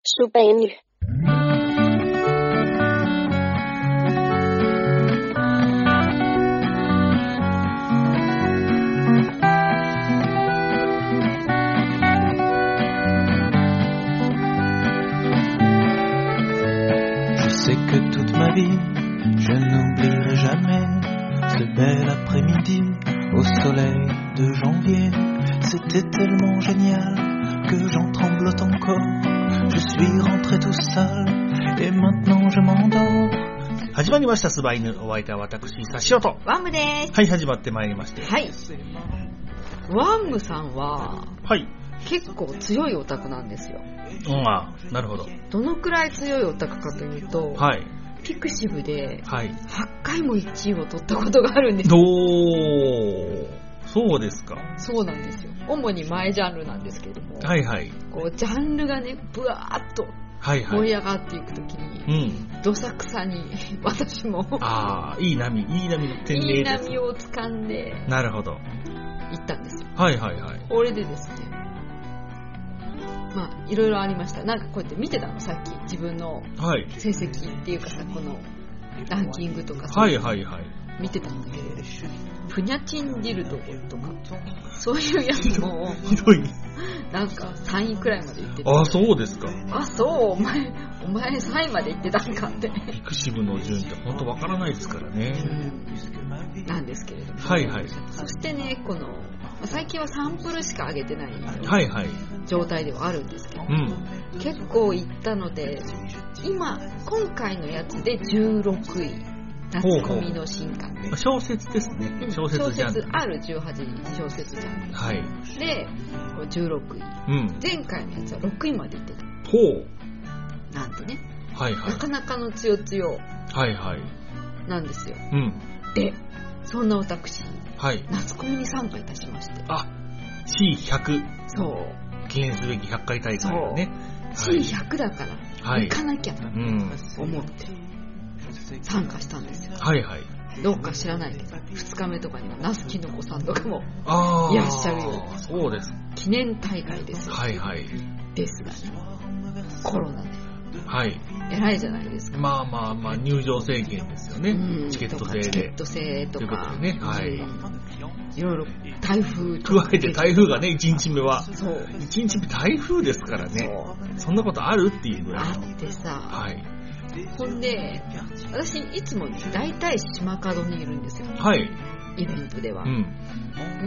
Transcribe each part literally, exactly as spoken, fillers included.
Souvenir. Je sais que toute ma vie, je n'oublierai jamais ce bel après-midi au soleil de janvier. C'était tellement génial que j'en tremblote encore. Je suis rentré tout seul et maintenant je m'endors. 始まりましたスバイヌ。お相手は私サシオとワムです。 はい、始まってまいりまして、 はい。ワムさんははい結構強いオタクなんですよ。 うんあなるほど。 どのくらい強いオタクかというと、 はいピクシブではいはっかいもいちいを取ったことがあるんです。 どうそうですか。 そうなんですよ。主に前ジャンルなんですけれども、 はいはいこうジャンルがねブワーッとはいはい盛り上がっていくときに、 うん、 どさくさに私もああいい波いい波の天いい霊です。 波を掴んでなるほど。 行ったんですよ。 はいはいはい。 これでですね、まあいろいろありました。なんかこうやって見てたの、さっき自分のはい成績っていうかさ、このランキングとかさ、 はいはいはい。 見てたんだけど、プニャチンディルドとかそういうやつもひどい。 なんかさんいくらいまで行ってて、 ああそうですか。 あそうお前お前さんいまで行ってたんかってピクシブの順って本当わからないですからね。 なんですけれども、 はいはいそしてね、この最近はサンプルしか上げてないはいはい。 状態ではあるんですけど、 うん結構行ったので、今今回のやつでじゅうろくい、夏コミの新刊で、 小説ですね。小説じゃん。 小説あるじゅうはち小説じゃんはい。 でこうじゅうろくい、 うん。 前回のやつはろくいまで行ってほう。 たなんてね、 はいはいなかなかの強強はいはい。 なんですよ。 うん。 でそんな私はい。 夏コミに参加いたしまして、 あ シーひゃくそう記念すべきひゃっかい大会だね。 シーひゃく だから、 はい、 行かなきゃとうん思って参加したんですよ。 はいはい。 どうか知らないけどふつかめとかにはナスキノコさんとかもあいらっしゃるようなそうです。 記念大会ですよ。 はいはい。 ですがね、コロナではい。 偉いじゃないですか。 まあまあまあ入場制限ですよね。 うん、 チケット制で。 チケット制とか。 ということでね。はい。 いろいろ台風とか。 加えて台風がね、いちにちめは。 そう。 いちにちめ台風ですからね。そ, そんなことあるっていうぐらい。 あってさ。 はい。 ほんで、私いつも大体島角にいるんですよ。 はい。 イベントでは。 うん。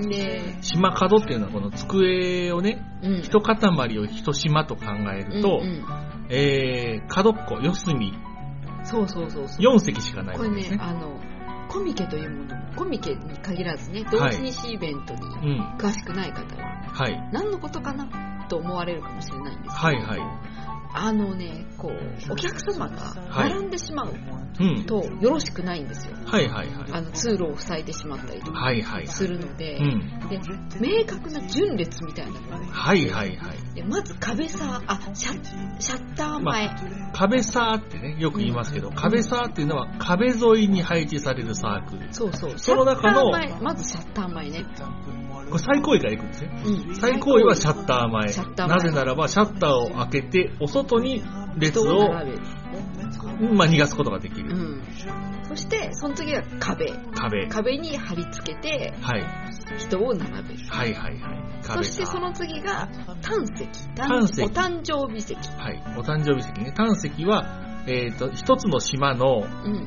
で、 島角っていうのはこの机をね、うん、一塊を一島と考えると、うんうん、えー、角っこ、四隅。 そうそうそうそう。 よん席しかないわけですね。 これね、あの、コミケというものも、コミケに限らずね、同時西イベントに詳しくない方は、はい、何のことかなと思われるかもしれないんですけど、はいはい、あのね、こう、お客様が並んでしまうとよろしくないんですよ。 はいはいはい。 あの、通路を塞いでしまったりとかするので、 はいはいはい、 で、明確な順列みたいなもの。 はいはいはい。 でまず壁サー、あ、シャッ、シャッター前。まあ、壁サーってね、よく言いますけど、うん、壁サーっていうのは壁沿いに配置されるサークル。 そうそう。 その中の、 まずシャッター前ね。 これ最高位から行くんですね、うん、最高位はシャッター前。 シャッター前。 なぜならばシャッターを開けてお外に列をまあ、逃がすことができる、うん、 そしてその次は壁壁, 壁に貼り付けて人を並べる、 はい、はいはいはい。 そしてその次が単席、 単席、 お誕生日席、 はい、お誕生日席ね。単席は、えー、と一つの島の、うん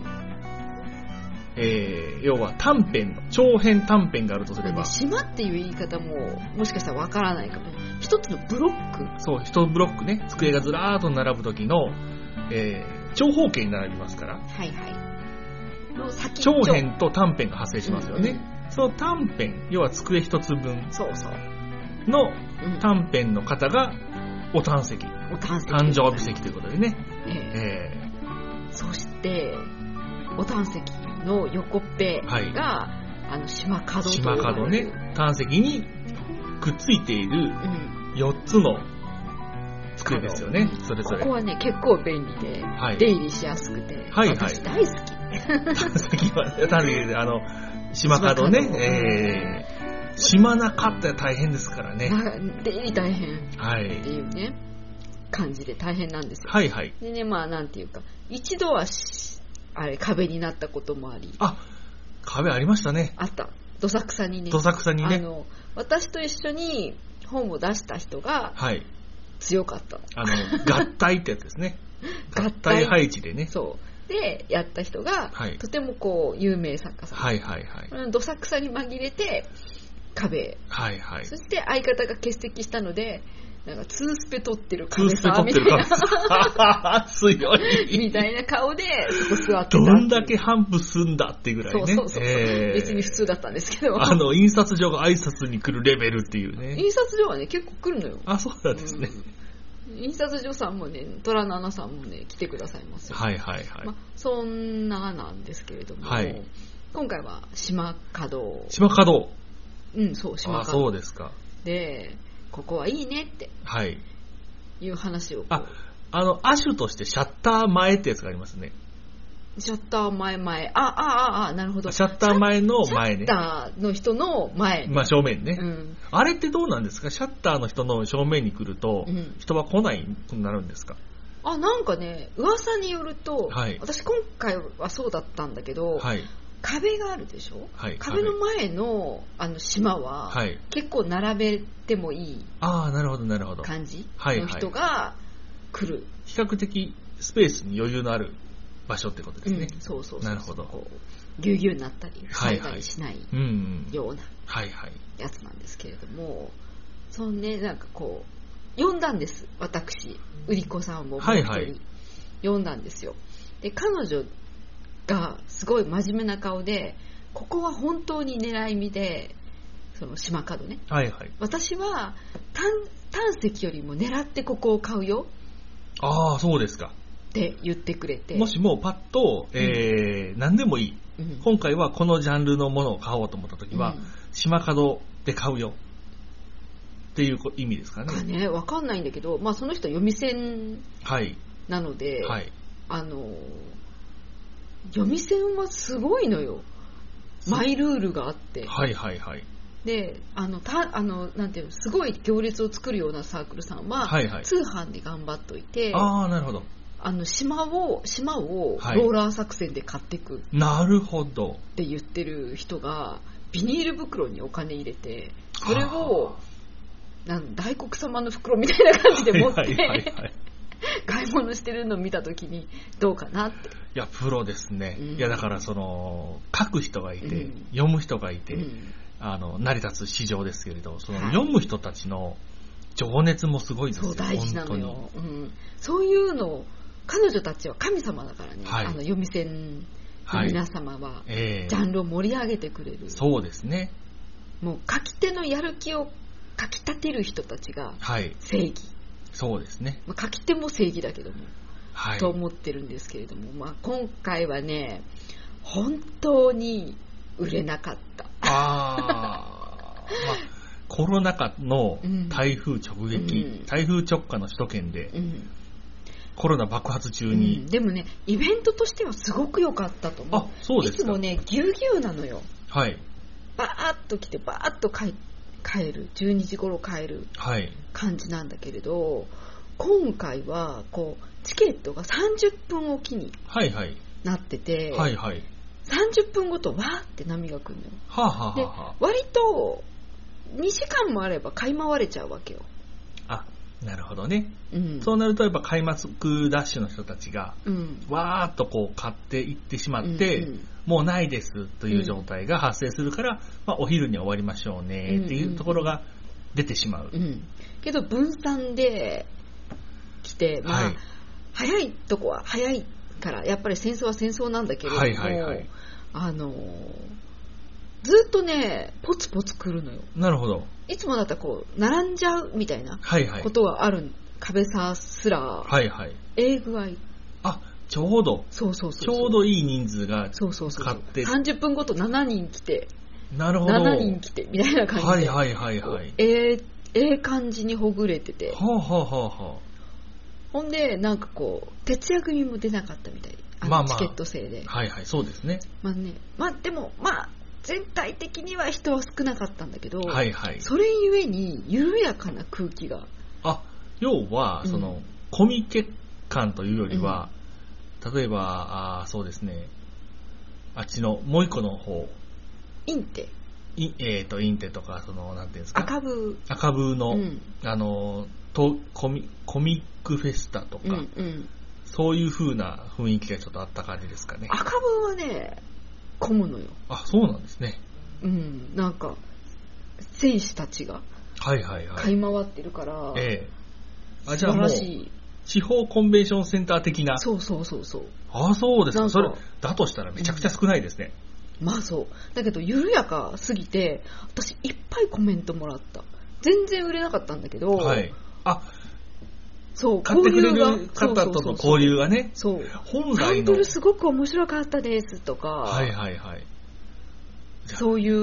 えー、要は短編の長編短編があるとすれば、 島っていう言い方ももしかしたらわからないかも。一つのブロック、 そう、一ブロックね、机がずらーっと並ぶ時の、えー、長方形に並びますから、 はいはいの先長編と短編が発生しますよね、うんうん、その短編、要は机一つ分の短編の方がお誕席、 お誕席、 誕生日席ということでね、えーえー、そしてお誕席の横っぺが、はい、あの島角と島角ね、短席にくっついているよっつの机ですよね、うん、それぞれ。 ここはね結構便利で、はい、出入りしやすくて、はいはい、私大好き。 短席は短席であの島角ね、えー、島中って大変ですからね。 出入り大変、 はい、 っていうね。 感じで大変なんですよ。 はいはい。 でね、まあなんていうか、一度はあれ壁になったこともあり。 あ、壁ありましたね。 あった。どさくさにね。 どさくさにね。 あの私と一緒に本を出した人が強かった。 はい、あの合体ってやつですね。合体配置でね。 そうでやった人が、はい、とてもこう有名作家さん。 はいはいはい。 どさくさに紛れて壁。 はいはい。 そして相方が欠席したので。なんかツースペ取ってる壁さみたいな強いみたいな顔でそこ座ってた。 どんだけ反布すんだっていうぐらいね。 そうそうそう、えー、別に普通だったんですけど、 あの印刷所が挨拶に来るレベルっていうね。 印刷所はね結構来るのよ。 あ、そうなんですね、 うん、印刷所さんもね、虎の穴さんもね来てくださいますよ。 はいはいはい、 まあ、そんななんですけれども、はい、今回は島門。 島門。 うん、そう島門。 あ、そうですか。 でここはいいねっていう話を、はい、 あ、あの亜種としてシャッター前ってやつがありますね。 シャッター前前ああああなるほど。 シャッター前の前ね。 シャッターの人の前、 まあ正面ね、 うん、 あれってどうなんですか。シャッターの人の正面に来ると、うん、人は来ないくなるんですか。 あ、なんかね噂によると、 はい、 私今回はそうだったんだけど、はい、壁があるでしょ、はい、壁の前 の, あの島は、はい、結構並べてもいい感じの人が来る、はいはい、 比較的スペースに余裕のある場所ってことですね、 うん、そうそうそうそう。 なるほど。 こうぎゅうぎゅうになったり塞いだりしないようなやつなんですけれども、 はいはい、 そのねなんかこう呼んだんです。私売り子さんをもう一人呼んだんですよ、はいはい、で彼女がすごい真面目な顔で、ここは本当に狙い目で、その島門ね、 はいはい、 私は 単, 単席よりも狙ってここを買うよ。 ああ、そうですかって言ってくれて、 もしもパッと、えーうん、何でもいい、うん、今回はこのジャンルのものを買おうと思った時は、うん、島門で買うよっていう意味ですかね。 かね、わかんないんだけど、まあその人読み線なので、 はいはい、 あの読み線はすごいのよ。マイルールがあって、 はいはいはい、 であのたあのなんていうの、すごい行列を作るようなサークルさんは、はいはい、通販で頑張っといて、 ああなるほど、 あの島を島をローラー作戦で買っていく、はい、 なるほどって言ってる人がビニール袋にお金入れて、それをなん大黒様の袋みたいな感じで持って、はいはいはいはい、買い物してるのを見たときにどうかなって。 いやプロですね、うん、いやだからその書く人がいて、うん、読む人がいて、うん、あの成り立つ市場ですけれど、その読む人たちの情熱もすごいですよ。 そう大事なのよ、うん、そういうのを彼女たちは神様だからね、はい、あの読み線の皆様は、はいえー、ジャンルを盛り上げてくれる。 そうですね、 もう書き手のやる気をかき立てる人たちが正義、はい、 そうですね、 まあ、書き手も正義だけども、はい、と思ってるんですけれども、まあ、今回はね本当に売れなかった。 あ、まあ、コロナ禍の台風直撃、うん、台風直下の首都圏で、うん、コロナ爆発中に、 うん、でもねイベントとしてはすごく良かったと思う。 あ、そうですか。 いつもねぎゅうぎゅうなのよ。 はい、 バーッと来てバーッと帰帰るじゅうにじ頃帰る感じなんだけれど、はい、今回はこうチケットがさんじゅっぷんおきになってて、 はいはい、 さんじゅっぷんごとわーって波が来るのよ、 はあはあはあ、 で割とにじかんもあれば買い回れちゃうわけよ。 あ、なるほどね、うん、そうなるとやっぱ開幕ダッシュの人たちが、うん、わーっとこう買っていってしまって、うんうん、もうないですという状態が発生するから、うんまあ、お昼に終わりましょうねっていうところが出てしまう、 うんうん、けど分散で来て、まあはい、早いとこは早いからやっぱり戦争は戦争なんだけれども、はいはいはい、あのずっとねポツポツ来るのよ。 なるほど。 いつもだったらこう並んじゃうみたいなことがある、はいはい、壁さすら、はいはい、ええ具合。 あ、ちょうどそうそうそうそうちょうどいい人数が買って、 そうそうそうそうさんじゅっぷんごとしちにん来て、 なるほど、 しちにん来てみたいな感じで、 はいはいはいはい、 ええええ感じにほぐれてて、 はあはあはあはあ、 ほんでなんかこう徹夜組も出なかったみたい、あの、まあまあ、チケット制で、 はいはい、そうですね。 まあね、まあでもまあ全体的には人は少なかったんだけど、 はいはい、 それゆえに緩やかな空気が、 あ、要はその、 コミケ感というよりは、うん、例えば、あそうですね、あっちのもう一個の方、 インテ。 イえーと、インテとか、その、なんていうんですか。 赤ブー。赤ブーの、うん、あの、とコミ、コミックフェスタとか、うんうん、そういう風な雰囲気がちょっとあった感じですかね。 赤ブーはね、混むのよ。 あ、そうなんですね。 うん、なんか、選手たちが、 はいはいはい。 買い回ってるから、 ええ。あ、じゃあもう、地方コンベンションセンター的な。 そうそうそうそう。 ああ、そうですか。それ、だとしたらめちゃくちゃ少ないですね。 うん、まあそう。だけど、緩やかすぎて、私いっぱいコメントもらった。全然売れなかったんだけど、 はい。あ、 そう、 買ってくれる方との交流がね。 そう。本来の。サンプルすごく面白かったですとか。 はいはいはい。 そういう。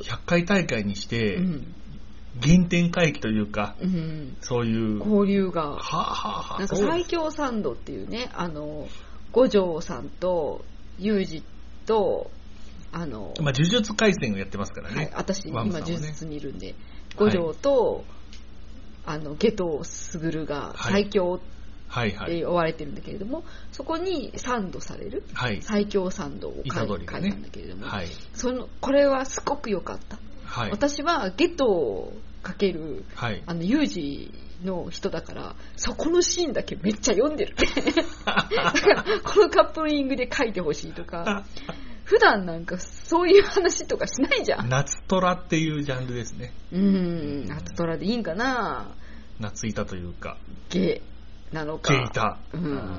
ひゃっかい大会にして、うん、原点回帰というか、うん、そういう交流が、 はあはあ、 なんか最強サンドっていうね、あの五条さんとユージとあの、 まあ、呪術廻戦をやってますからね。 はい、私、ね、今呪術にいるんで、五条と、はい、あの夏油傑が最強って呼ばれてるんだけれども、はいはいはい、そこにサンドされる、はい、最強サンドを書い、ね、書いたんだけれども、はい、そのこれはすごく良かった。はい、私はゲトかける、はい、あのユージの人だからそこのシーンだけめっちゃ読んでるだからこのカップリングで書いてほしいとか普段なんかそういう話とかしないじゃん。 夏トラっていうジャンルですね。 うーん、夏トラでいいんかな。 夏いたというかゲなのか、 ゲイタ、 うん、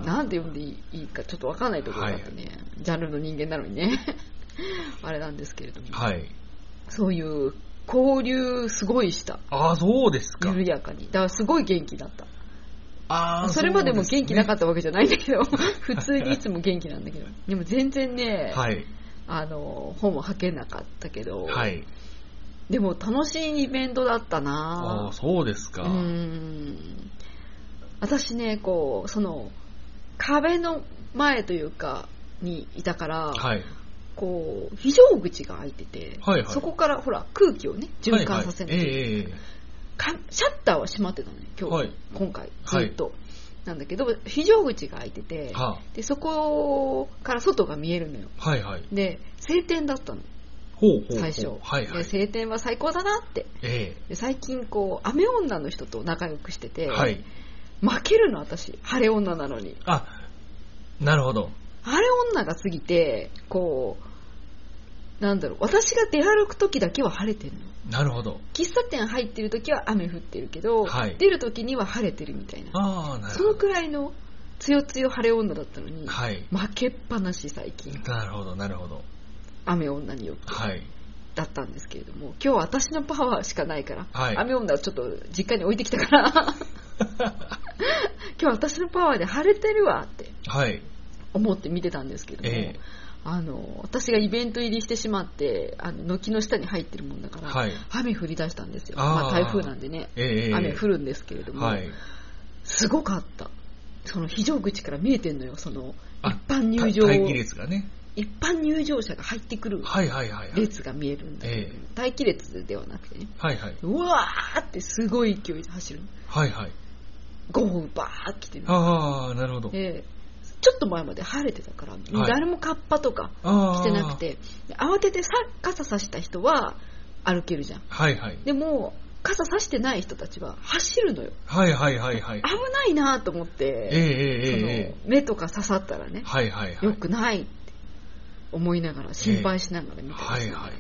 なんで読んでいいかちょっと分かんないところがあってね、はい、ジャンルの人間なのにねあれなんですけれども、 はい、 そういう交流すごいした。 ああ、そうですか。 緩やかに。だからすごい元気だった。ああ、それまでも元気なかったわけじゃないんだけど、普通にいつも元気なんだけど、でも全然ね、はい、あの本も書けなかったけど、はい、でも楽しいイベントだったな。 ああ、そうですか。 うーん。私ね、こうその壁の前というかにいたから。はい。こう非常口が開いてて、はいはい、そこからほら空気をね循環させないと、はいはい、えー、シャッターは閉まってたのよ今日、はい、今回ずっと、はい、なんだけど非常口が開いてて、はあ、でそこから外が見えるのよ、はいはい、で晴天だったのほうほうほう最初、はいはい、で晴天は最高だなって、えー、で最近こう雨女の人と仲良くしてて、はい、負けるの私晴れ女なのに。 あ、なるほど。 晴れ女が過ぎてこうなんだろう、私が出歩く時だけは晴れてるの。 なるほど。 喫茶店入ってる時は雨降ってるけど、はい、出る時には晴れてるみたいな。あ、なるほど。そのくらいのつよつよ晴れ女だったのに、はい、負けっぱなし最近。 なるほどなるほど。 雨女によって、はい、だったんですけれども、今日は私のパワーしかないから、はい、雨女をちょっと実家に置いてきたから今日は私のパワーで晴れてるわって思って見てたんですけども、えー、あの私がイベント入りしてしまってあの軒の下に入ってるもんだから、はい、雨降り出したんですよ。あ、まあ、台風なんでね、えー、雨降るんですけれども、はい、すごかった。その非常口から見えてんのよ、その一般入場待機列がね、 一般入場者が入ってくる列が見えるんだけど、はいはいはいはい、待機列ではなくてね、はいはい、うわーってすごい勢いで走る、はいはい、豪雨バーッ来てる。 ああ、なるほど。 でちょっと前まで晴れてたから、はい、誰もカッパとかしてなくて、慌ててさ傘さした人は歩けるじゃん、はいはい、でも傘さしてない人たちは走るのよ、はいはいはいはい、危ないなと思って、えーえー、その目とか刺さったらね、はいはいはい、よくないって思いながら心配しながら見てました、ね、えーはいはいはい、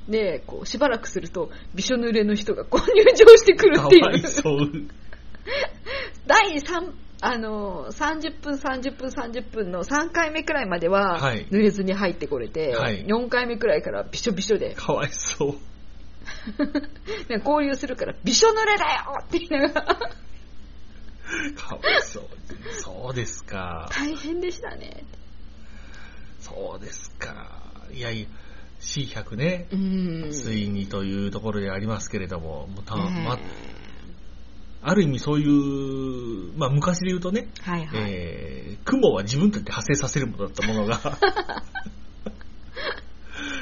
でこうしばらくするとびしょ濡れの人がこう入場してくるっていう、かわいそうだいさんあのさんじゅっぷんさんじゅっぷんさんじゅっぷんのさんかいめくらいまでは濡れずに入ってこれて、はい、よんかいめくらいからびしょびしょで、 かわいそう交流するからびしょ濡れだよって言いながらかわいそう。そうですか。 大変でしたね。 そうですか。いやいや シーひゃく ね、うん、ついにというところでありますけれども、もうた、えーまある意味そういう、まあ、昔で言うとね、はいはい、えー、雲は自分たちで発生させるものだったものが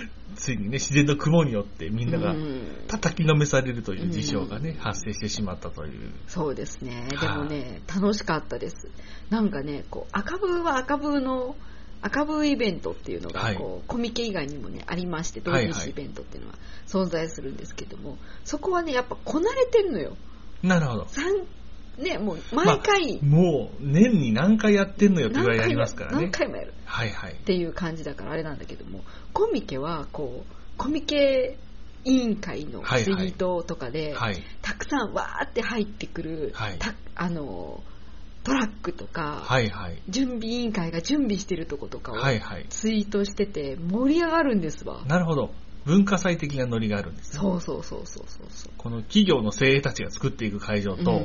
ついにね、自然の雲によってみんなが叩きのめされるという事象がね、発生してしまったという。 そうですね。でもね、楽しかったです。なんかね、こう赤ブーは赤ブーの赤ブーイベントっていうのがこう、はい、コミケ以外にもねありまして、同人誌イベントっていうのは存在するんですけども、はいはい、そこはねやっぱこなれてるのよ。 なるほど。 ね、もう毎回、 まあ、もう年に何回やってんのよってぐらいやりますからね。 何回もやる、 はいはい、 っていう感じだからあれなんだけども、コミケはこうコミケ委員会のツイートとかで、はいはい、たくさんわーって入ってくる、はい、たあのトラックとか、はいはい、準備委員会が準備してるとことかをツイートしてて盛り上がるんですわ。 なるほど。文化祭的なノリがあるんですね。 そうそうそうそうそう。 この企業の精鋭たちが作っていく会場と、うんうん、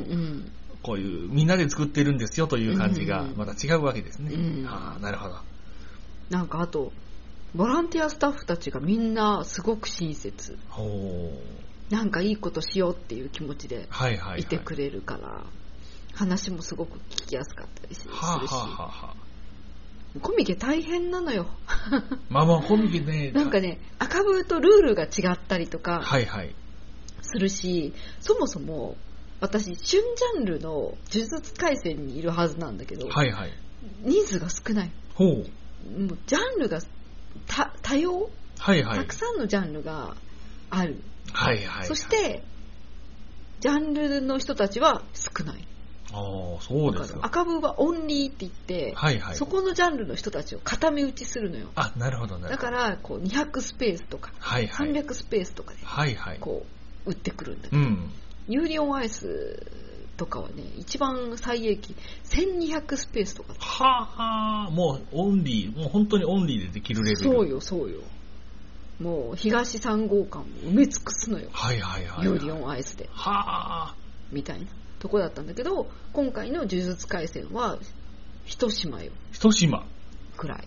こういうみんなで作ってるんですよという感じがまた違うわけですね。うんうん、ああ、なるほど。 なんかあとボランティアスタッフたちがみんなすごく親切。 ほう。なんかいいことしようっていう気持ちでいてくれるから、はいはいはい、話もすごく聞きやすかったりするし。はあはあはあ、コミケ大変なのよ。 まあまあコミケね。 なんかね、赤ブーとルールが違ったりとかするし、はいはい、そもそも私旬ジャンルの呪術廻戦にいるはずなんだけど、はいはい、人数が少ない。ほう。もうジャンルがた多様、はいはい、たくさんのジャンルがある。はいはいはい、そしてジャンルの人たちは少ない。 ああ、そうですか。 赤ブーはオンリーって言って、はいはい、そこのジャンルの人たちを固め打ちするのよ。 あ、なるほどなるほど。 だからこうにひゃくスペースとか、はいはい、さんびゃくスペースとかでこう打ってくるんだけど、うん、ユーリオンアイスとかはね、一番最益せんにひゃくスペースとか。 はあはあ、もうオンリー、もう本当にオンリーでできるレベル。 そうよそうよ。もう東さん号館を埋め尽くすのよ。はいはいはい、はい、ユーリオンアイスで。はあ。みたいなとこだったんだけど、今回の呪術廻戦は一島よ。 一島くらい。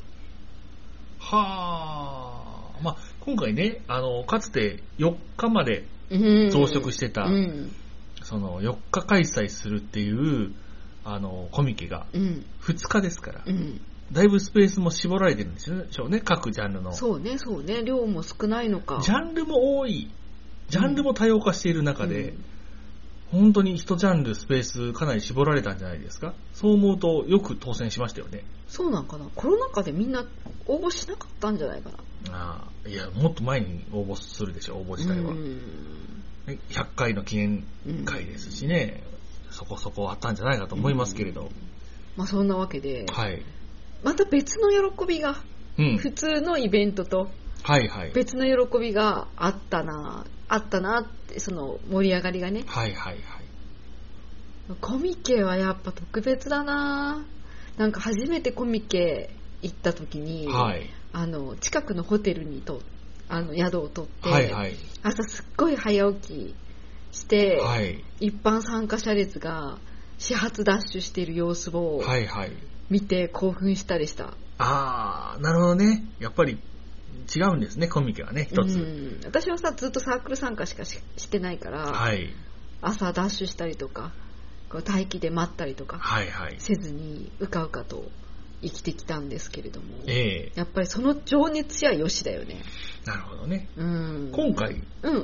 はあ。まあ今回ね、あのかつてよっかまで増殖してた、うんうん、そのよっか開催するっていうあのコミケがふつかですから、うん、だいぶスペースも絞られてるんでしょうね、各ジャンルの。 そうねそうね、量も少ないのか。 ジャンルも多い、ジャンルも多様化している中で、うんうん、本当に一ジャンルスペースかなり絞られたんじゃないですか。そう思うとよく当選しましたよね。 そうなんかな。コロナ禍でみんな応募しなかったんじゃないかな。 ああ、いやもっと前に応募するでしょ、応募自体は。うんひゃっかいの記念会ですしね、うん、そこそこあったんじゃないかと思いますけれど、うん、 まあそんなわけで、はい、また別の喜びが、うん、普通のイベントと別の喜びがあったなあったなって、その盛り上がりがね、はいはいはい、コミケはやっぱ特別だな。なんか初めてコミケ行った時に、はい、あの近くのホテルにとあの宿を取って、はいはい、朝すっごい早起きして、はい、一般参加者列が始発ダッシュしている様子を見て興奮したりした。はいはい、 あー、なるほどね。やっぱり違うんですね、コミケはね、一つ。うん、 私はさずっとサークル参加しか し, してないから、はい、朝ダッシュしたりとかこう待機で待ったりとかせずにうかうかと生きてきたんですけれども、えー、やっぱりその情熱やよしだよね。 なるほどね。うん、今回、うんうん、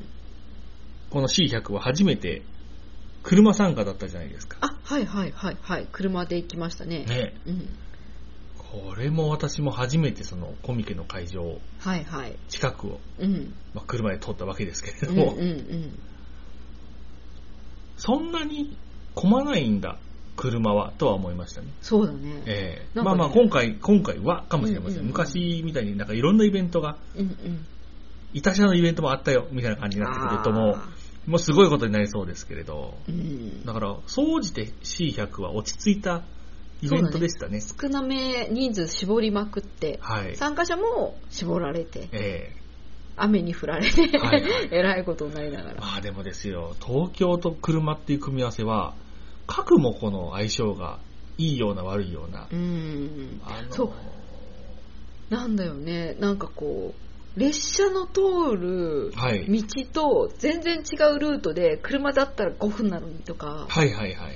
この シーひゃく は初めて車参加だったじゃないですか。 あ、はいはいはいはい、車で行きましたね。ね、うん、 これも私も初めてそのコミケの会場、はいはい、近くを、うんまあ、車で通ったわけですけれども、うんうんうん、そんなに混まないんだ車はとは思いましたね。 そうだね。 えー、ね、まあまあ今回今回はかもしれません。うんうんうん、昔みたいになんかいろんなイベントが、うんうん、いたしゃのイベントもあったよみたいな感じになってくるともうもうすごいことになりそうですけれど、うん、だから総じて シーひゃく は落ち着いたイベントでしたね。 少なめ人数絞りまくって、はい、参加者も絞られて、えー雨に降られて、はい、えらいことになりながら。 まあでもですよ、東京と車っていう組み合わせは各もこの相性がいいような悪いような、うーん、あのー、 そうなんだよね。なんかこう列車の通る道と全然違うルートで車だったらごふんなのにとか、はいはいはいはい、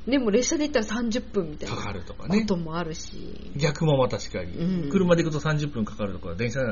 でも列車で行ったらさんじゅっぷんみたいなこともあるし、 逆もまたしかり、うん、車で行くとさんじゅっぷんかかるところ、電車なら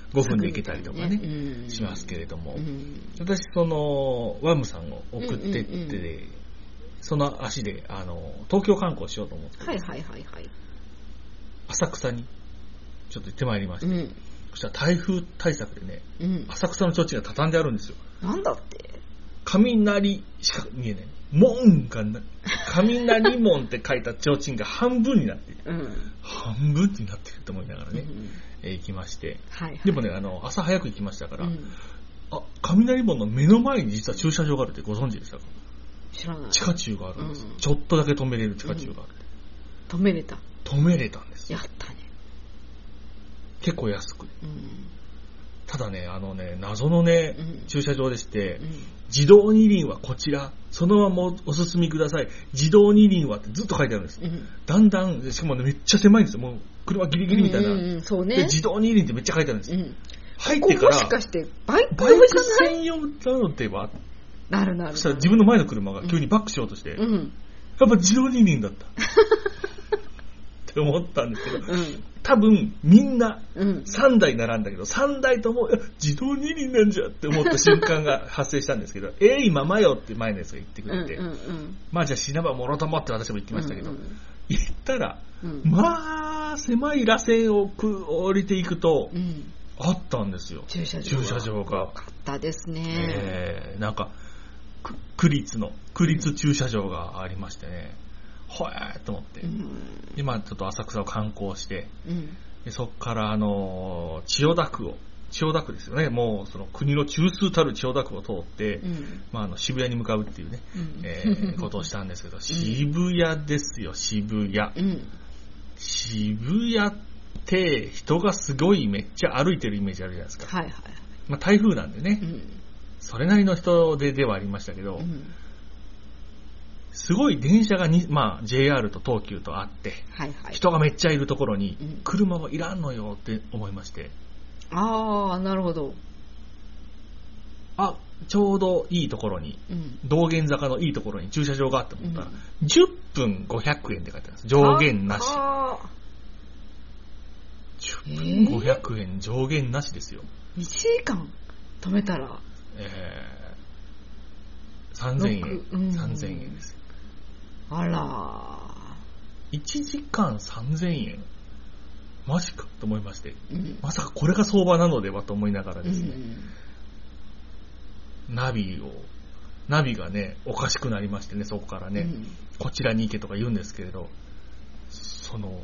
ごふんで行けたりとかね、うん、しますけれども、うん、私そのワムさんを送ってって、うんうんうん、その足であの東京観光しようと思って、 はいはいはいはい、 浅草にちょっと行ってまいりまして、うん、そしたら台風対策でね、うん、浅草の提灯が畳んであるんですよ。 なんだって？ 雷しか見えない。門がな、雷門って書いた提灯が半分になっている、うん、半分になっていると思いながらね、うんえー、行きまして、はいはい、でもねあの朝早く行きましたから、うん、あ雷門の目の前に実は駐車場があるってご存知でしたか？ 知らない。 地下駐があるんです、うん、ちょっとだけ止めれる地下駐がある、 うん、止めれた止めれたんですよ。やったね。 結構安く、うん、ただねあのね謎のね、うん、駐車場でして、うん、自動二輪はこちらそのままお進みください、自動二輪はってずっと書いてあるんです、うん、だんだんしかもねめっちゃ狭いんですよ。もう車ギリギリみたいな、うんうんうんそうね、で自動二輪ってめっちゃ書いてあるんです、うん、入ってからもしかしてバイクバイク専用なのではなるなる。 そしたら自分の前の車が急にバックしようとして、うん、やっぱ自動二輪だったって思ったんですけど、うん、多分みんなさんだい並んだけど、うん、さんだいとも自動二輪なんじゃって思った瞬間が発生したんですけどえー今まよって前のやつが言ってくれて、うんうんうん、まあじゃあ死なばもろともって私も言ってましたけど、うんうん、言ったら、うん、まあ狭い螺旋を降りていくと、うん、あったんですよ駐車場が。 駐車場がよかったですね、 えー、なんか区立の区立駐車場がありましてね、ほえーと思って、うん、今ちょっと浅草を観光して、うん、でそこからあの千代田区を千代田区ですよね、もうその国の中枢たる千代田区を通って、うんまあ、あの渋谷に向かうっていうね、うんえー、ことをしたんですけど、渋谷ですよ渋谷、うん、渋谷って人がすごいめっちゃ歩いてるイメージあるじゃないですか、はいはいまあ、台風なんでね、うんそれなりの人でではありましたけど、うん、すごい電車がに、まあ、ジェイアール と東急とあって、はいはい、人がめっちゃいるところに、うん、車はいらんのよって思いまして、 ああなるほど。 あちょうどいいところに、うん、道玄坂のいいところに駐車場があって思ったら、うん、じゅっぷんごひゃくえんって書いてあるんです。上限なし。じゅっぷんごひゃくえん、えー、上限なしですよ。 いちじかん止めたらえー、さんぜんえん、うん、さんぜんえんです。 あらいちじかんさんぜんえんマジかと思いまして、うん、まさかこれが相場なのではと思いながらですね、うん、ナビをナビがねおかしくなりましてね、そこからね、うん、こちらに行けとか言うんですけれど、その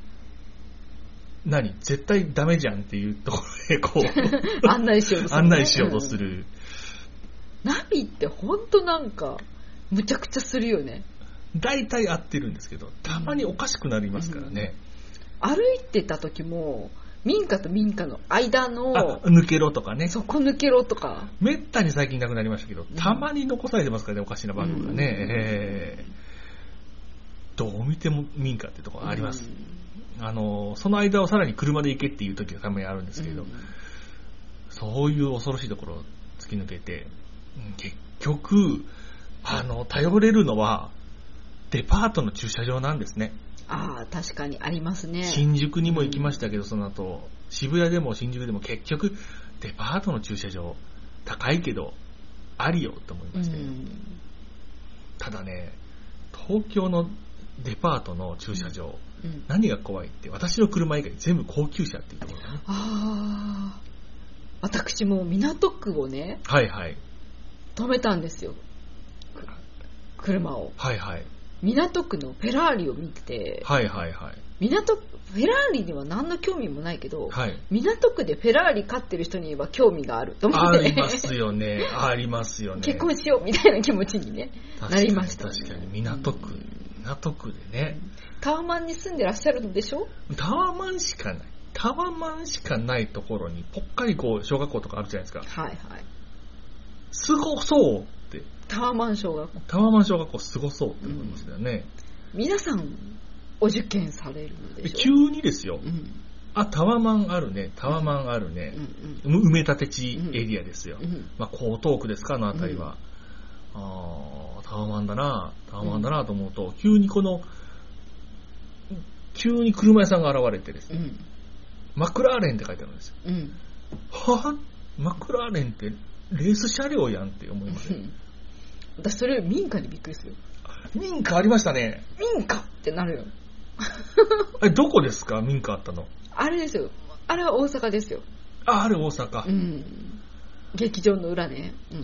何絶対ダメじゃんっていうところへこう案内しようとする、 ね、案内しようとする、 うん、ナビってほんとなんかむちゃくちゃするよね。 大体合ってるんですけどたまにおかしくなりますからね、 うんうん、歩いてた時も民家と民家の間の抜けろとかね、 そこ抜けろとかめったに最近なくなりましたけど、うん、たまに残されてますからね、おかしな番号がね、うんえー、どう見ても民家ってところあります、うん、あのその間をさらに車で行けっていう時がたまにあるんですけど、うん、そういう恐ろしいところを突き抜けて、うん、結局あの頼れるのはデパートの駐車場なんですね。 ああ確かにありますね。 新宿にも行きましたけど、うん、その後渋谷でも新宿でも結局デパートの駐車場高いけどありよと思いまして、うん、ただね東京のデパートの駐車場、うん、何が怖いって私の車以外全部高級車っていうところだね。 ああ私も港区をねはいはい止めたんですよ車を。 はいはい港区のフェラーリを見て、 はいはいはい、 港フェラーリには何の興味もないけど、はい、港区でフェラーリ飼ってる人には興味があると思って、 ありますよねありますよね結婚しようみたいな気持ちに、ね、なりました、ね、 確かに港区、うん、港区でねタワマンに住んでらっしゃるんでしょ。 タワマンしかないタワマンしかないところにぽっかりこう小学校とかあるじゃないですか。はいはいすごそうってタワマン小学校タワマン小学校すごそうって思いますよね、 うん、皆さんお受験されるのでしょ。 急にですよ、うん、あタワマンあるねタワマンあるね、うんうん、埋め立て地エリアですよ、うんうんまあ、江東区ですかあの辺りは、うん、あタワマンだなタワマンだなと思うと、うん、急にこの急に車屋さんが現れてですね、うん、マクラーレンって書いてあるんですよ、うん、 はマクラーレンってレース車両やんって思います、ね、 私それ民家にびっくりする。 民家ありましたね。 民家ってなるよ。 え、どこですか民家あったの？ あれですよ。あれは大阪ですよ。 あ、あれ大阪。 うん。劇場の裏ね。うん、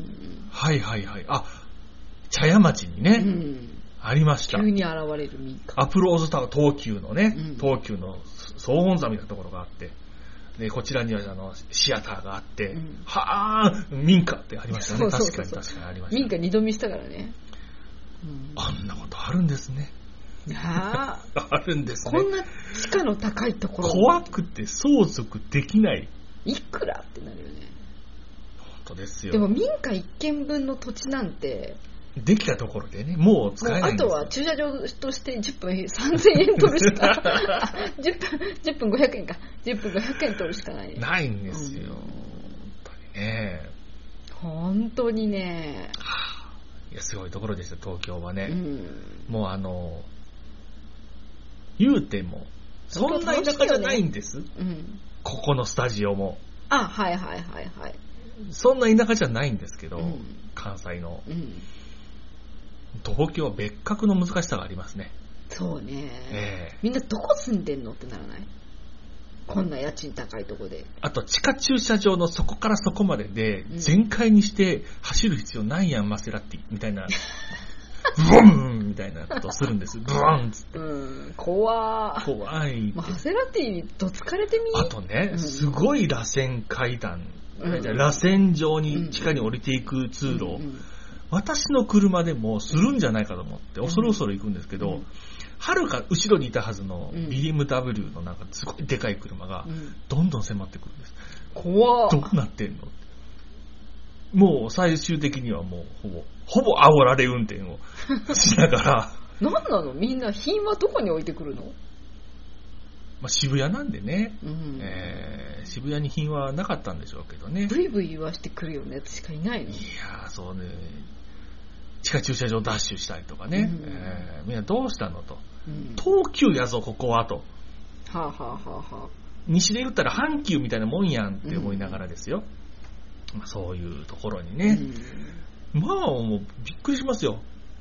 はいはいはい。あ、茶屋町にね、うん、ありました。 急に現れる民家。 アプローズタワー、東急のね、うん、東急の総本山みたいなところがあって、でこちらにはあのシアターがあって、うん、はぁ民家ってありましたね。そうそうそうそう、確かに確かにありました。 民家二度見したからね。 うん、あんなことあるんですね。 ああるんですね。 こんな地価の高いところ怖くて相続できない。 いくらってなるよね。 本当ですよ。 でも民家一軒分の土地なんてできたところでね、もう使えないんですよ。 あとは駐車場としてじゅっぷんさんぜんえん取るしかじゅっぷん、じゅっぷんごひゃくえんかじゅっぷんごひゃくえん取るしかない、 ないんですよ、うん、本当にね。 本当にね、 はあ、いやすごいところでした東京はね、うん、もうあの言うてもそんな田舎じゃないんです、ね、うん、ここのスタジオも。 あ、はいはいはいはい。 そんな田舎じゃないんですけど、うん、関西の、うん、東京は別格の難しさがありますね。 そうね、 えー、 みんなどこ住んでんのってならない？こんな家賃高いとこで。 あと地下駐車場のそこからそこまでで全開にして走る必要ないやん、マセラティみたいなブワンみたいなことをするんです。ブワンっつって、 うん、怖ー怖い。 マセラティにどつかれてみ。 あとね、うん、すごい螺旋階段、うん、螺旋状に地下に降りていく通路、うんうん、私の車でもするんじゃないかと思って恐る恐る行くんですけど、うん、はるか後ろにいたはずの ビーエムダブリュー のなんかすごいでかい車がどんどん迫ってくるんです。 怖どうなってんの？もう最終的にはもうほぼほぼ煽られ運転をしながら何なの？みんな品はどこに置いてくるの？ まあ、渋谷なんでね、うんえー、渋谷に品はなかったんでしょうけどね。 ブイブイ言わしてくるようなやつしかいないの？いやそうね、地下駐車場ダッシュしたりとかね、うんえー、みんなどうしたのと、うん、東急やぞここはと、 はあはあはあはあ、 西で言ったら阪急みたいなもんやんって思いながらですよ、うんまあ、そういうところにね、うん、まあもうびっくりしますよ。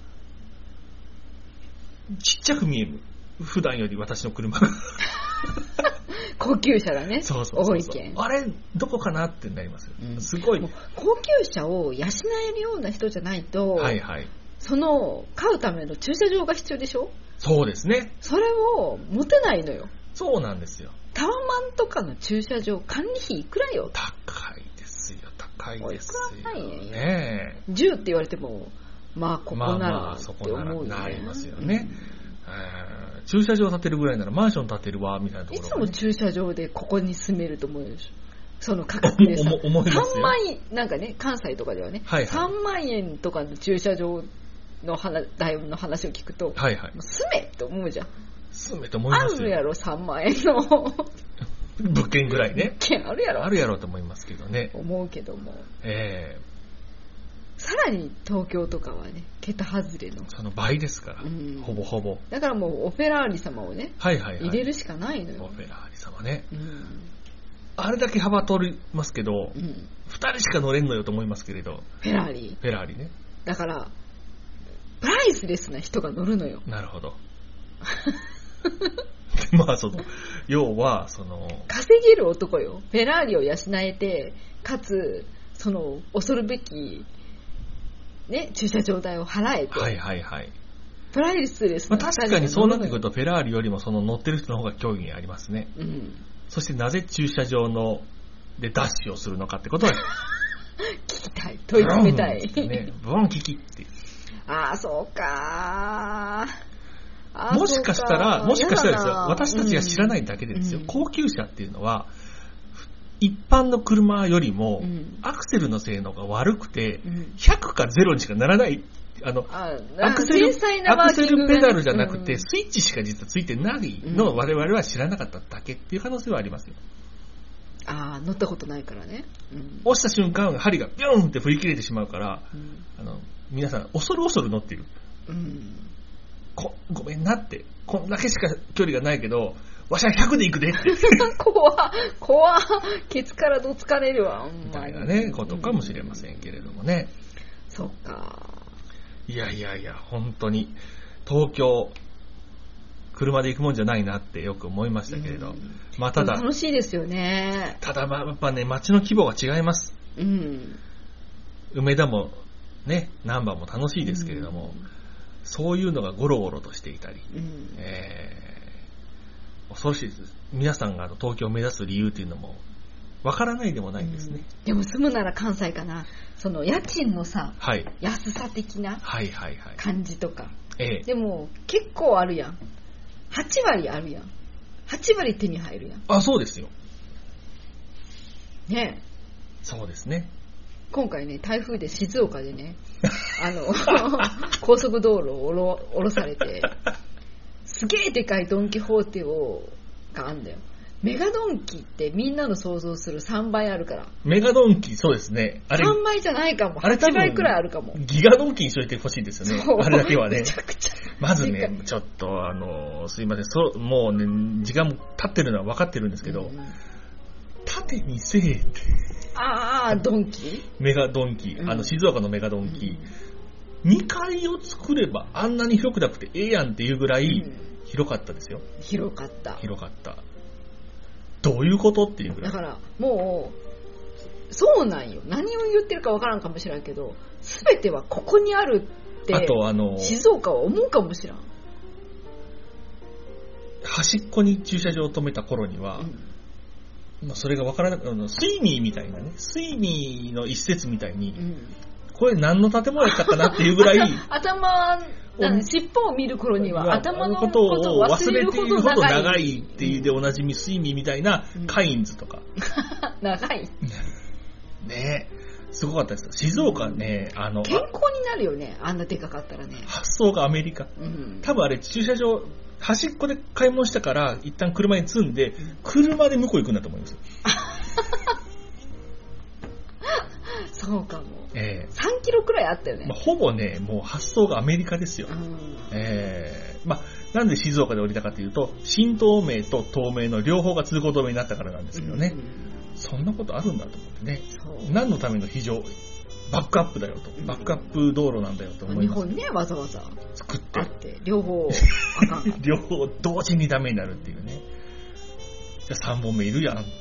ちっちゃく見える、普段より私の車が高級車がね、 そうそうそうそう、 多いけん、 あれどこかなってなりますよ、うん、すごい。 高級車を養えるような人じゃないと、 はいはい、 その買うための駐車場が必要でしょ。 そうですね、 それを持てないのよ。 そうなんですよ。 タワマンとかの駐車場管理費いくらよ。 高いですよ、高いですよ、 いくらないんね。 じゅうって言われてもまあここなら、まあまあそこならなりますよね、うん、駐車場建てるぐらいならマンション建てるわみたいなところ、ね、 いつも駐車場でここに住めると思うでしょ。その価格でさ思いますよ。 さんまんえんなんかね、関西とかではね、はいはい、さんまんえんとかの駐車場の話の話を聞くと、 はいはい、 住めって思うじゃん。 住めと思いますよ。 あるやろさんまんえんの物件ぐらいね。 物件あるやろ。 あるやろと思いますけどね。 思うけども。 ええー。 さらに東京とかはね、桁外れの。 その倍ですから、うん、ほぼほぼ。 だからもうオフェラーリ様をね、 はいはいはい、 入れるしかないのよ。 オフェラーリ様ね。うん、あれだけ幅取りますけど、うん、ふたりしか乗れんのよと思いますけれど。 フェラーリ。 フェラーリね。 だから、プライスレスな人が乗るのよ。 なるほど。まあその要はその稼げる男よ。フェラーリを養えて、かつその恐るべきね駐車場代を払えて、 はいはいはい。 プライスレスな、 まあ、確かにそうなってくるとフェラーリよりもその乗ってる人の方が興味ありますね。うん。そしてなぜ駐車場のでダッシュをするのかってことは聞きたい。問い詰めたい。 ね、ブワン聞きって。 ああそうかー。 もしかしたら、もしかしたらですよ、私たちが知らないだけでですよ、うん、高級車っていうのは、一般の車よりも、アクセルの性能が悪くて、ひゃくかゼロにしかならない、あの、 あアクセル、アクセルペダルじゃなくて、スイッチしか実はついてないのを我々は知らなかっただけっていう可能性はありますよ。 ああ、乗ったことないからね。 うん、押した瞬間、針がビューンって振り切れてしまうから、うん、あの皆さん、恐る恐る乗っている。うんこごめんなってこんだけしか距離がないけどわしはひゃくで行くでって怖怖ケツからどつかれるわみたいなねことかもしれませんけれどもね、 うん、そっか。 いやいやいや本当に東京車で行くもんじゃないなってよく思いましたけれど、うん、まあただ楽しいですよね。 ただまあやっぱね街の規模が違います、うん、梅田もね難波も楽しいですけれども、うん、そういうのがゴロゴロとしていたり、うんえー、恐ろしいです。皆さんが東京を目指す理由というのもわからないでもないですね、 うん、でも住むなら関西かな。その家賃のさ、 はい、 安さ的な感じとか、 はいはいはい、 でも結構あるやん。はち割あるやん。はち割手に入るやん。 あ、そうですよねえ。 そうですね。 今回ね台風で静岡でねあの高速道路を降ろ、降ろされてすげえでかいドンキホーテをがあんだよ。メガドンキってみんなの想像するさんばいあるから。 メガドンキそうですね。 あれさんばいじゃないかも。はちばいくらいあるかも。 ギガドンキにしといてほしいんですよね。あれだけはね。 めちゃくちゃまずねちょっとあのすいませんそうもうね時間も経ってるのは分かってるんですけど、うん、縦にせえってああドンキメガドンキ、うん、あの静岡のメガドンキ、うん、にかいを作ればあんなに広くなくてええやんっていうぐらい広かったですよ、 うん、広かった広かったどういうことっていうぐらい。 だからもうそうなんよ。何を言ってるかわからんかもしれんけど全てはここにあるってあとあの静岡は思うかもしれん。 端っこに駐車場を止めた頃には、うんまあ、それがわからなくてスイミーみたいなねスイミーの一節みたいに、うん、これ何の建物やったかなっていうぐらい頭尻尾を見る頃には頭のことを忘れるほど長い長いっていうでおなじみスイミーみたいなカインズとか、 うん、長いねえすごかったです。静岡ねあの健康になるよねあんなでかかったらね。 発想がアメリカ、うん、多分あれ駐車場端っこで買い物したから一旦車に積んで、うん、車で向こう行くんだと思いますそうかも、 えー、 さんキロくらいあったよね、 まあ、ほぼねもう発想がアメリカですよ、うんえーまあ、なんで静岡で降りたかというと新東名と東名の両方が通行止めになったからなんですけどね、うん、そんなことあるんだと思ってね何のための非常バックアップだよと、うん、バックアップ道路なんだよと思います。 日本ねわざわざ作ってあって両方あかん両方同時にダメになるっていうね。じゃあさんぼんめいるやん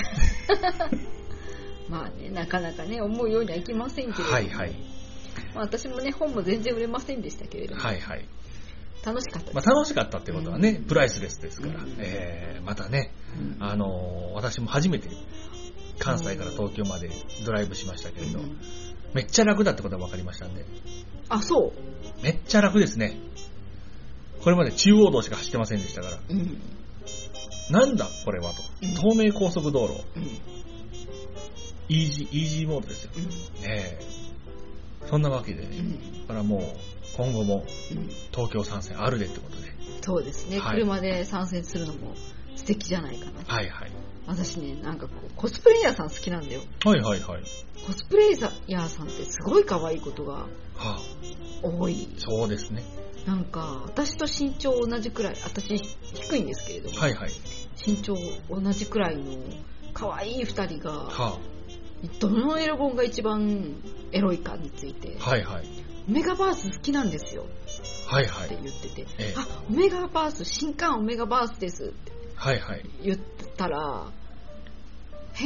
まあねなかなかね思うようにはいきませんけれども、 はいはいまあ、私もね本も全然売れませんでしたけれども、 はいはい、 楽しかったです、 まあ、楽しかったってことはね、うん、プライスレスですから、うんえー、またね、うん、あのー、私も初めて関西から東京までドライブしましたけれど、うん、めっちゃ楽だってことが分かりましたんで。 あそうめっちゃ楽ですね。これまで中央道しか走ってませんでしたから、うん、なんだこれはと、うん、東名高速道路、うん、イージー、イージーモードですよ、うんね、えそんなわけでね、うん、だからもう今後も東京参戦あるでってことで、 そうですね、はい、車で参戦するのも素敵じゃないかな。 はいはい。 私ねなんかこうコスプレイヤーさん好きなんだよ。 はいはいはい。 コスプレイヤーさんってすごい可愛いことが多い、はあ、そうですね。 なんか私と身長同じくらい、私低いんですけれども、 はいはい、 身長同じくらいの可愛いふたりが、はあ、どのエロ本が一番エロいかについて、 はいはい、 オメガバース好きなんですよ、 はいはい、 って言ってて、 ええ、 あオメガバース新刊オメガバースですって言ったら、 はいはい、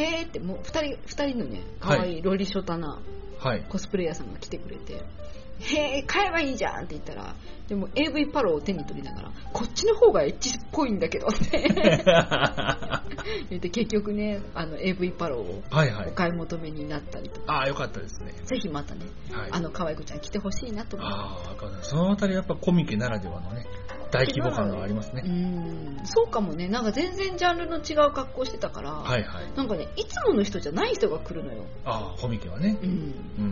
へーってもうふたり、ふたりのね可愛いロリショタなコスプレイヤーさんが来てくれて、はい、へー買えばいいじゃんって言ったら、でも エーブイ パロを手に取りながらこっちの方がエッチっぽいんだけどって言って結局ねあの エーブイ パロをお買い求めになったりとか、 はいはい、ああよかったですね。 ぜひまたね、はい、あの可愛い子ちゃん来てほしいなと思います。 あそのあたりやっぱコミケならではのね大規模感がありますね。 うん、そうかもね。なんか全然ジャンルの違う格好してたから、 はいはい、 なんかねいつもの人じゃない人が来るのよ。 ああコミケはね、うん、うん、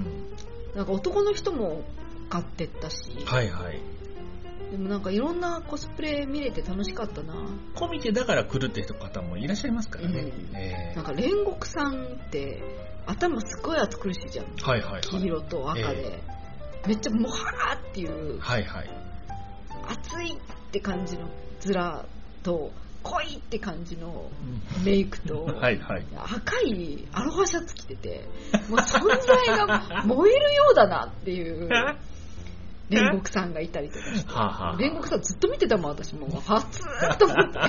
なんか男の人も買ってったし、 はいはい、 でもなんかいろんなコスプレ見れて楽しかったな。 コミケだから来るって方もいらっしゃいますからね、 うんえー、なんか煉獄さんって頭すごい暑苦しいじゃん、 はいはいはい、 黄色と赤で、えー、めっちゃモハーっていう、 はいはい、 暑いって感じの面と濃いって感じのメイクと、はいはい、赤いアロハシャツ着てて、もう存在が燃えるようだなっていう煉獄さんがいたりとかして、はあはあ、煉獄さんずっと見てたもん、私もう初と思って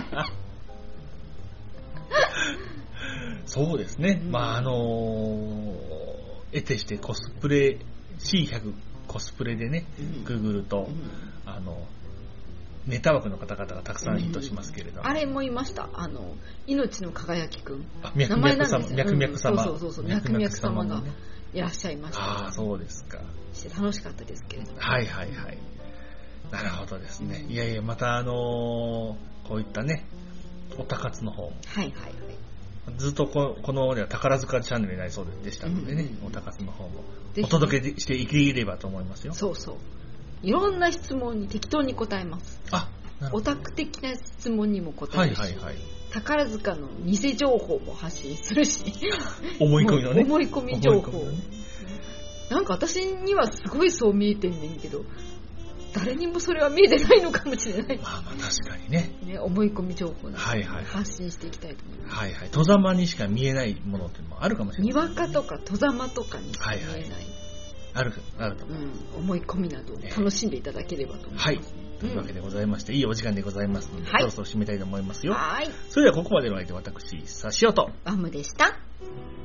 そうですね、うん、まああのー、得てしてコスプレ シーひゃく コスプレでね、うん、グーグルと、うん、あのネタ枠の方々がたくさんヒットしますけれども、 うん、あれもいました、あの命の輝きくん、 名前なんですよ、脈々様、 そうそうそう、脈々様がいらっしゃいました、ね、 ああそうですか、 して楽しかったですけれども、 はいはいはい、なるほどですね、いやいやまたあのー、こういったねおたかつの方も、 はいはいはい、 ずっとここのでは宝塚チャンネルになりそうでしたのでね、うんうん、おたかつの方もお届けしていければと思いますよ。 そうそう、いろんな質問に適当に答えます。 あ、 オタク的な質問にも答えるし、はいはいはい、宝塚の偽情報も発信するし思い込みのね、 思い込み情報、ね、なんか私にはすごいそう見えてんねんけど、誰にもそれは見えてないのかもしれない。 まあまあ確かにね。 ね、思い込み情報なので発信していきたいと思います。 はいはい。戸ざまにしか見えないものっていうのもあるかもしれない、 にわかとか戸ざまとかにしか見えない。はいはい、 あるあると思う、 うん。思い込みなどを楽しんでいただければと思います。 はい。というわけでございまして、うん、いいお時間でございますので、はい、そろそろ締めたいと思いますよ。 はい。 それではここまでの相手、私、サシオとバムでした。